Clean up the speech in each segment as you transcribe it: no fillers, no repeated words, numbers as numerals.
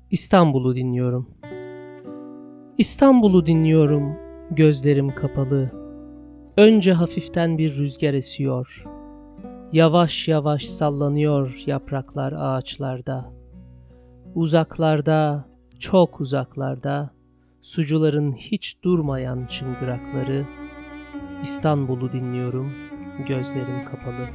İstanbul'u dinliyorum. İstanbul'u dinliyorum, gözlerim kapalı. Önce hafiften bir rüzgar esiyor. Yavaş yavaş sallanıyor yapraklar ağaçlarda. Uzaklarda, çok uzaklarda, sucuların hiç durmayan çıngırakları. İstanbul'u dinliyorum, gözlerim kapalı.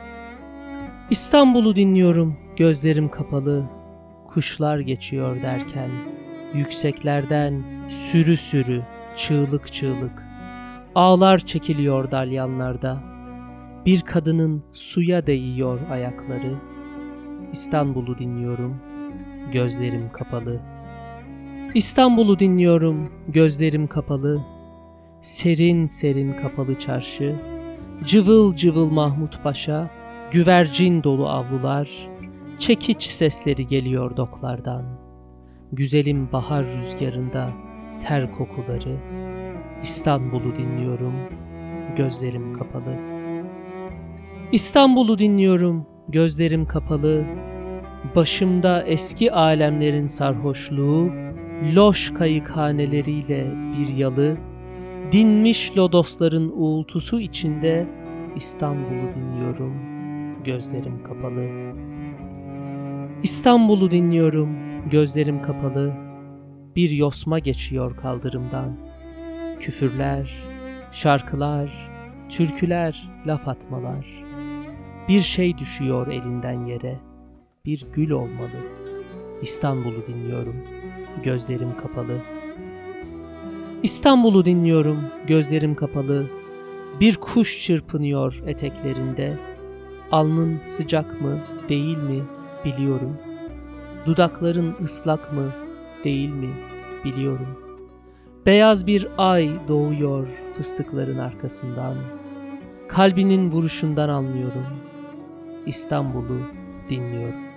İstanbul'u dinliyorum, gözlerim kapalı. Kuşlar geçiyor derken, yükseklerden sürü sürü, çığlık çığlık. Ağlar çekiliyor dalyanlarda. Bir kadının suya değiyor ayakları. İstanbul'u dinliyorum, gözlerim kapalı. İstanbul'u dinliyorum, gözlerim kapalı. Serin serin kapalı çarşı, cıvıl cıvıl Mahmut Paşa, güvercin dolu avlular, çekiç sesleri geliyor doklardan. Güzelim bahar rüzgarında ter kokuları. İstanbul'u dinliyorum, gözlerim kapalı. İstanbul'u dinliyorum, gözlerim kapalı. Başımda eski alemlerin sarhoşluğu, loş kayıkhaneleriyle bir yalı, dinmiş lodosların uğultusu içinde İstanbul'u dinliyorum, gözlerim kapalı. İstanbul'u dinliyorum, gözlerim kapalı. Bir yosma geçiyor kaldırımdan. Küfürler, şarkılar, türküler, laf atmalar. Bir şey düşüyor elinden yere. Bir gül olmalı. İstanbul'u dinliyorum, gözlerim kapalı. İstanbul'u dinliyorum, gözlerim kapalı. Bir kuş çırpınıyor eteklerinde. Alnın sıcak mı, değil mi biliyorum. Dudakların ıslak mı, değil mi biliyorum. Beyaz bir ay doğuyor fıstıkların arkasından. Kalbinin vuruşundan anlıyorum. İstanbul'u dinliyorum.